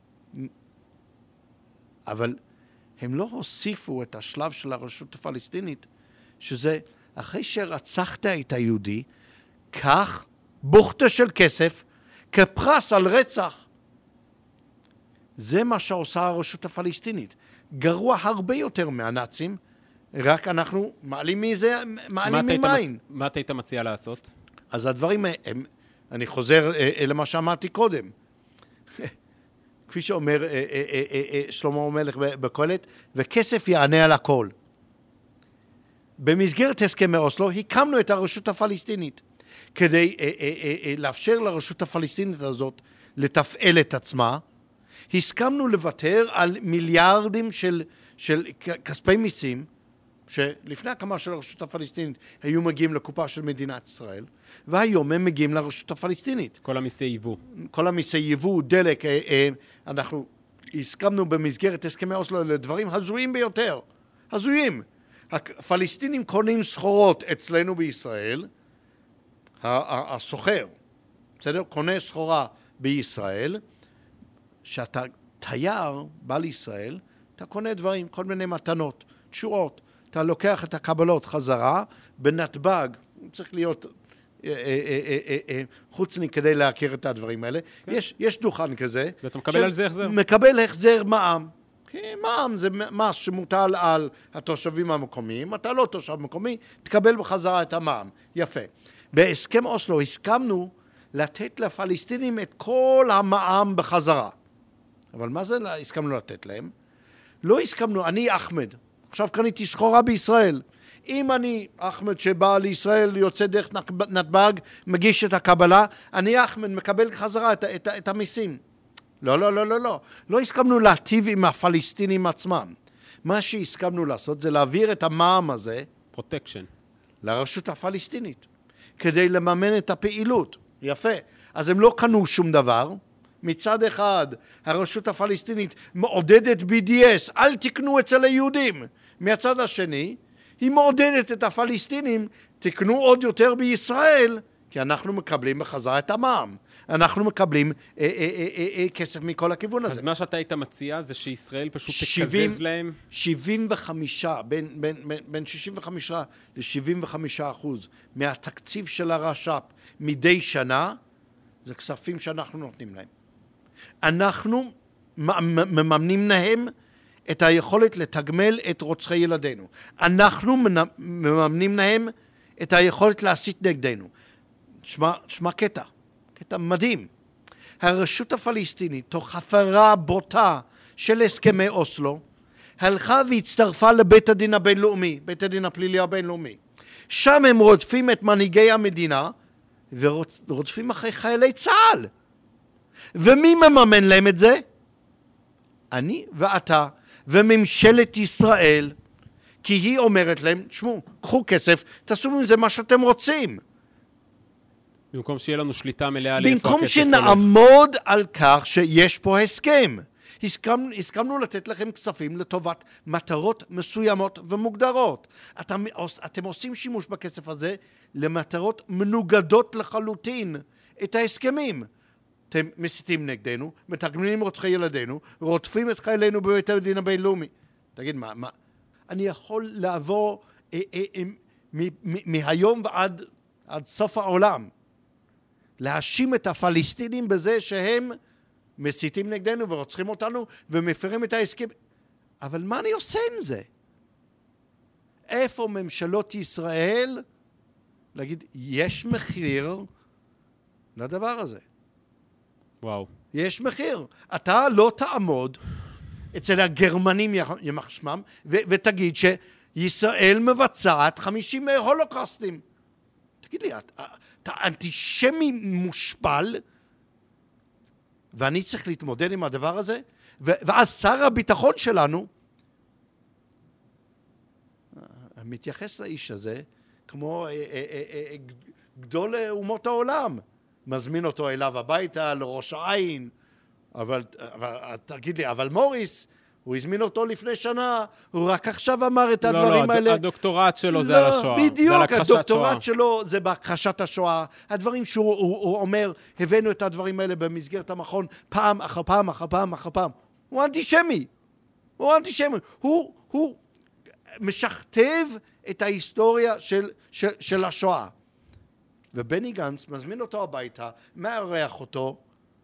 אבל הם לא הוסיפו את השלב של הרשות הפלסטינית, שזה אחרי שרצחת את היהודי, כך בוכתה של כסף כפרס על רצח. זה מה שעושה הרשות הפלסטינית. גרוע הרבה יותר מהנאצים, רק אנחנו מעלים מזה, מעלים ממים. מה אתה היית מציע לעשות? אז הדברים הם, אני חוזר למה שאמרתי קודם. כפי שאומר שלמה המלך בקהלת, וכסף יענה על הכל. במסגרת הסכמי אוסלו הקמנו את הרשות הפלסטינית, כדי לאפשר לרשות הפלסטינית הזאת לתפעל את עצמה. הסכמנו לוותר על מיליארדים של, של כספי מיסים, שלפני הקמה של הרשות הפלסטינית היו מגיעים לקופה של מדינת ישראל, והיום הם מגיעים לרשות הפלסטינית. כל המיסי יבוא. כל המיסי יבוא, דלק, אנחנו הסכמנו במסגרת הסכמי אוסלו לדברים הזויים ביותר. הזויים. הפלסטינים קונים סחורות אצלנו בישראל, הסוחר, בסדר? קונה סחורה בישראל, שאתה תייר, בא לישראל, אתה קונה דברים, כל מיני מתנות, תשורות, אתה לוקח את הקבלות חזרה, בנתב"ג, צריך להיות אה, אה, אה, אה, אה, חוצני כדי להכיר את הדברים האלה, כן. יש, יש דוכן כזה, ואתה מקבל על זה החזר? מקבל החזר מע"מ, כי מע"מ זה מס שמוטל על התושבים המקומיים, אתה לא תושב מקומי, תקבל בחזרה את המע"מ, יפה. בהסכם אוסלו הסכמנו לתת לפלסטינים את כל המע"מ בחזרה. אבל מה זה הסכמנו לתת להם? לא הסכמנו, אני אחמד, עכשיו קניתי סחורה בישראל. אם אני אחמד שבא לישראל, יוצא דרך נתב"ג, מגיש את הקבלה, אני אחמד מקבל חזרה את, את, את המיסים. לא, לא, לא, לא, לא. לא הסכמנו להטיב עם הפלסטינים עצמם. מה שהסכמנו לעשות זה להעביר את המע"מ הזה, פרוטקשן, לרשות הפלסטינית, כדי לממן את הפעילות. יפה. אז הם לא קנו שום דבר. מצד אחד, הרשות הפלסטינית מעודדת בי די אס, אל תקנו אצל היהודים. מהצד השני, היא מעודדת את הפלסטינים, תקנו עוד יותר בישראל, כי אנחנו מקבלים בחזרה את המע"מ. אנחנו מקבלים אה, אה, אה, אה, אה, כסף מכל הכיוון הזה. אז מה שאתה היית מציע זה שישראל פשוט תקזז להם? שבעים וחמישה, בין, בין, בין, בין שישים וחמישה ל-שבעים וחמישה אחוז מהתקציב של הרש"פ מדי שנה, זה כספים שאנחנו נותנים להם. אנחנו מממנים להם את היכולת לתגמל את רוצחי ילדינו. אנחנו מממנים להם את היכולת להסית נגדנו. שמה, שמה קטע, קטע מדהים. הרשות הפלסטינית, תוך הפרה בוטה של הסכמי אוסלו, הלכה והצטרפה לבית הדין הבינלאומי, בית הדין הפלילי הבינלאומי. שם הם רודפים את מנהיגי המדינה, ורודפים אחרי חיילי צה"ל. ומי מממן להם את זה? אני ואתה וממשלת ישראל, כי היא אומרת להם, תשמעו, קחו כסף, תעשו עם זה מה שאתם רוצים. במקום שיהיה לנו שליטה מלאה לאיפה הכסף הולך. במקום שנעמוד על כך שיש פה הסכם. הסכמנו, הסכמנו לתת לכם כספים לטובת מטרות מסוימות ומוגדרות. אתם, אתם עושים שימוש בכסף הזה למטרות מנוגדות לחלוטין את ההסכמים. אתם מסיתים נגדנו, מתגמלים רוצחי ילדינו, רודפים את חיילינו בבית הדין הבינלאומי. תגיד, מה, מה? אני יכול לעבור אה, אה, אה, מ, מ, מהיום ועד עד סוף העולם, להאשים את הפלסטינים בזה שהם מסיתים נגדנו ורוצחים אותנו ומפרים את ההסכם. אבל מה אני עושה עם זה? איפה ממשלות ישראל להגיד, יש מחיר לדבר הזה? וואו. יש מחיר. אתה לא תעמוד אצל הגרמנים ימח שמם ו- ותגיד שישראל מבצעת חמישים הולוקוסטים. תגיד לי, אתה, אתה אנטישמי מושפל, ואני צריך להתמודד עם הדבר הזה? ו- ואז שר הביטחון שלנו מתייחס לאיש הזה כמו אה, אה, אה, אה, גדול אומות העולם. מזמין אותו אליו הביתה, לראש העין, אבל, אבל תגיד לי, אבל מוריס, הוא הזמין אותו לפני שנה, הוא רק עכשיו אמר את הדברים לא, לא, האלה. הדוקטורט שלו לא, זה על השואה. בדיוק, הדוקטורט שלו זה בהכחשת השואה. הדברים שהוא הוא, הוא אומר, הבאנו את הדברים האלה במסגרת המכון, פעם אחר פעם אחר פעם אחר פעם. הוא אנטישמי. הוא אנטישמי. הוא, הוא משכתב את ההיסטוריה של, של, של השואה. ובני גנץ מזמין אותו הביתה, מארח אותו,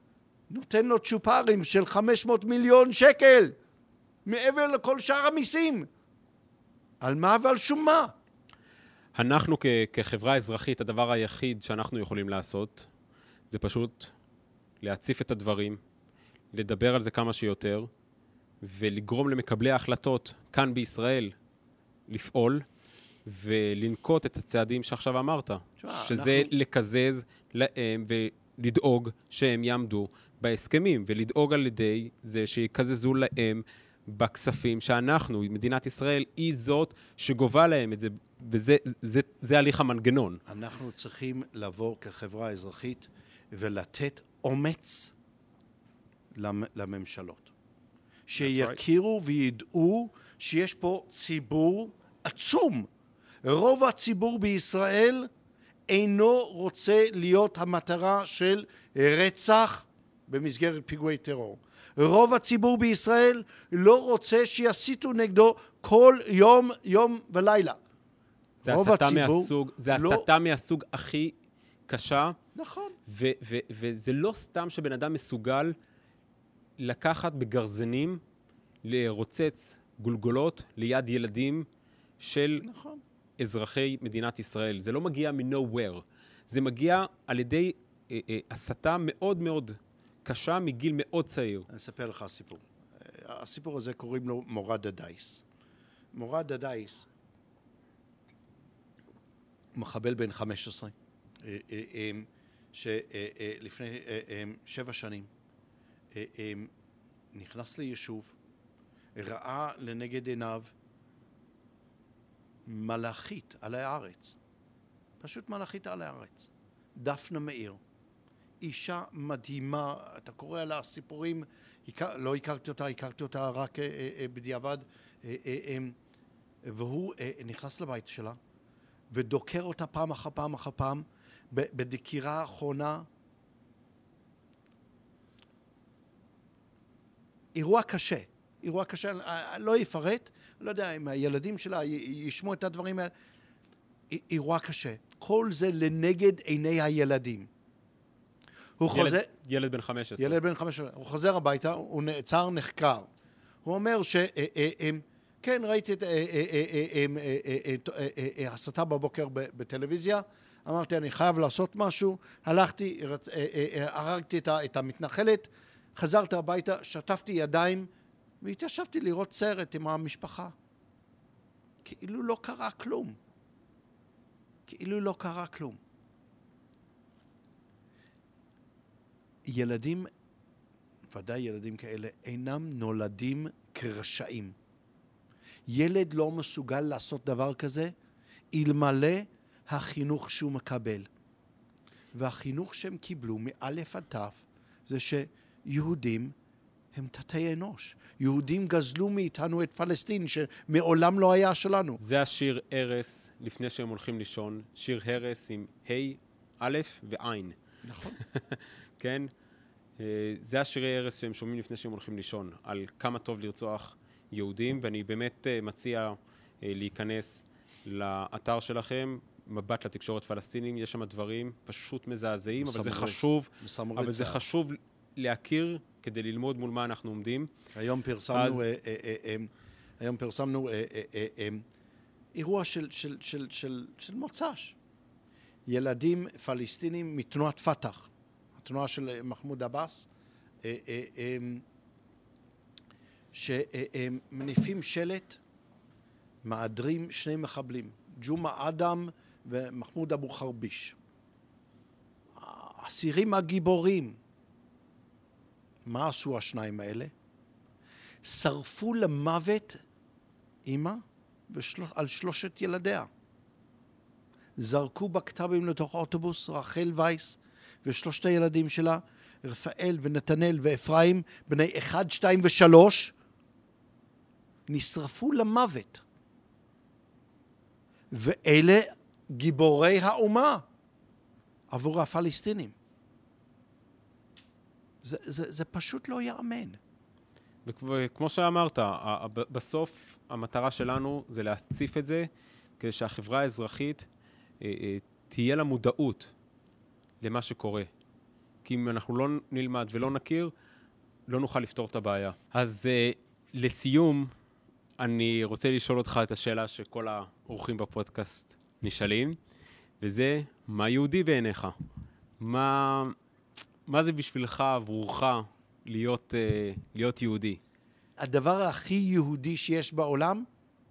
נותן לו צ'ופרים של חמש מאות מיליון שקל, מעבר לכל שאר המיסים. על מה ועל שום מה? אנחנו כ- כחברה אזרחית, הדבר היחיד שאנחנו יכולים לעשות, זה פשוט להציף את הדברים, לדבר על זה כמה שיותר, ולגרום למקבלי ההחלטות כאן בישראל לפעול, ולנקוט את הצעדים שעכשיו אמרת, שמה, שזה אנחנו... לקזז להם ולדאוג שהם יעמדו בהסכמים, ולדאוג על ידי זה שיקזזו להם בכספים שאנחנו, מדינת ישראל, היא זאת שגובה להם את זה, וזה זה, זה הליך המנגנון. אנחנו צריכים לבוא כחברה אזרחית ולתת אומץ לממשלות. שיכירו וידעו שיש פה ציבור עצום. רוב הציבור בישראל אינו רוצה להיות המטרה של רצח במסגרת פיגועי טרור. רוב הציבור בישראל לא רוצה שיסיתו נגדו כל יום, יום ולילה. זה הסתה מהסוג, זה לא... הסתה מהסוג הכי קשה. נכון. ו- ו- וזה לא סתם שבן אדם מסוגל לקחת בגרזנים, לרוצץ גולגולות ליד ילדים של נכון. אזרחי מדינת ישראל. זה לא מגיע מ-nowhere. זה מגיע על ידי אה, אה, הסתה מאוד מאוד קשה מגיל מאוד צעיר. אני אספר לך סיפור. הסיפור הזה קוראים לו מורד הדייס. מורד הדייס, מחבל בן חמש עשרה, שלפני שבע שנים נכנס ליישוב, ראה לנגד עיניו מלאכית על הארץ. פשוט מלאכית על הארץ. דפנה מאיר. אישה מדהימה, אתה קורא על הסיפורים, לא הכרתי אותה, הכרתי אותה רק בדיעבד, והוא נכנס לבית שלה, ודוקר אותה פעם אחר פעם אחר פעם, בדקירה האחרונה. אירוע קשה, אירוע קשה, לא יפרט, לא יודע אם הילדים שלה ישמעו את הדברים האלה, אירוע קשה. כל זה לנגד עיני הילדים. הוא ילד, חוזר... ילד בן חמש עשרה. ילד בן חמש עשרה. הוא חוזר הביתה, הוא נעצר, נחקר. הוא אומר ש... כן, ראיתי את הסתה בבוקר בטלוויזיה, אמרתי, אני חייב לעשות משהו, הלכתי, הרגתי את המתנחלת, חזרתי הביתה, שטפתי ידיים, והתיישבתי לראות סרט עם המשפחה. כאילו לא קרה כלום. כאילו לא קרה כלום. ילדים, ודאי ילדים כאלה, אינם נולדים כרשעים. ילד לא מסוגל לעשות דבר כזה, אלמלא החינוך שהוא מקבל. והחינוך שהם קיבלו מאלף עד תף, זה שיהודים הם תתי אנוש. יהודים גזלו מאיתנו את פלסטין, שמעולם לא היה שלנו. זה השיר הרס, לפני שהם הולכים לישון, שיר הרס עם ה', א' ועין. נכון. כן? זה השירי הרס שהם שומעים לפני שהם הולכים לישון, על כמה טוב לרצוח יהודים, ואני באמת מציע להיכנס לאתר שלכם, מבט לתקשורת פלסטינים, יש שם דברים פשוט מזעזעים, אבל זה חשוב, אבל זה חשוב להכיר כדי ללמוד מול מה אנחנו עומדים. היום פרסמנו, היום פרסמנו אירוע של מוצ"ש. ילדים פלסטינים מתנועת פתח, התנועה של מחמוד עבאס, שמניפים שלט, מעדרים שני מחבלים, ג'ומעה אדם ומחמוד אבו חרביש. האסירים הגיבורים. מה עשו השניים האלה? שרפו למוות אמא על שלושת ילדיה. זרקו בקת"בים לתוך אוטובוס, רחל וייס ושלושת הילדים שלה, רפאל ונתנאל ואפרים, בני אחד, שתיים ושלוש, נשרפו למוות. ואלה גיבורי האומה עבור הפלסטינים. זה, זה, זה פשוט לא יאמן. וכמו שאמרת, בסוף המטרה שלנו זה להציף את זה, כדי שהחברה האזרחית תהיה לה מודעות למה שקורה. כי כי אם אנחנו לא נלמד ולא נכיר, לא נוכל לפתור את הבעיה. אז uh, לסיום, אני רוצה לשאול אותך את השאלה שכל האורחים בפודקאסט נשאלים, וזה, מה יהודי בעיניך? מה, מה זה בשבילך, עבורך, להיות, uh, להיות יהודי? הדבר הכי יהודי שיש בעולם,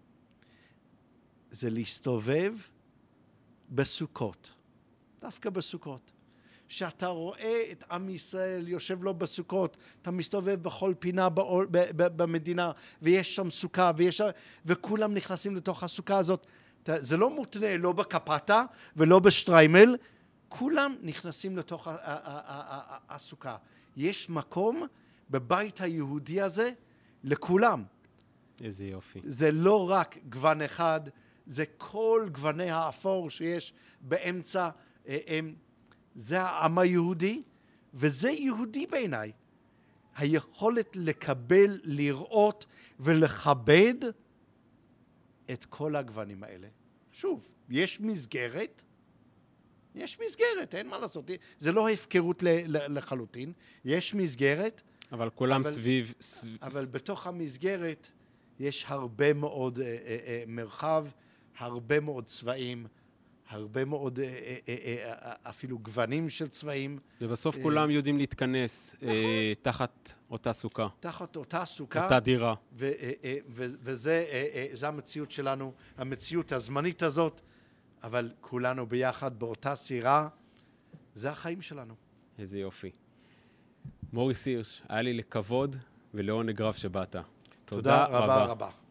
זה להסתובב בסוכות. דווקא בסוכות. שאתה רואה את עם ישראל יושב לו בסוכות, אתה מסתובב בכל פינה בעול, ב, ב, במדינה, ויש שם סוכה, ויש, וכולם נכנסים לתוך הסוכה הזאת. אתה, זה לא מותנה, לא בקפטה ולא בשטריימל, כולם נכנסים לתוך ה, ה, ה, ה, ה, הסוכה. יש מקום בבית היהודי הזה לכולם. איזה יופי. זה לא רק גוון אחד, זה כל גווני האפור שיש באמצע, זה העם היהודי, וזה יהודי בעיניי. היכולת לקבל, לראות ולכבד את כל הגוונים האלה. שוב, יש מסגרת, יש מסגרת, אין מה לעשות, זה לא הפקרות לחלוטין, יש מסגרת. אבל כולם אבל, סביב... אבל בתוך המסגרת יש הרבה מאוד אה, אה, אה, מרחב, הרבה מאוד צבעים, הרבה מאוד אה, אה, אה, אפילו גוונים של צבעים. ובסוף אה, כולם יודעים להתכנס נכון. אה, תחת אותה סוכה. תחת אותה סוכה. אותה דירה. ו, אה, אה, ו, וזה אה, אה, זה המציאות שלנו, המציאות הזמנית הזאת, אבל כולנו ביחד באותה סירה, זה החיים שלנו. איזה יופי. מוריס הירש, היה לי לכבוד ולעונג רב שבאת. תודה, תודה רבה רבה.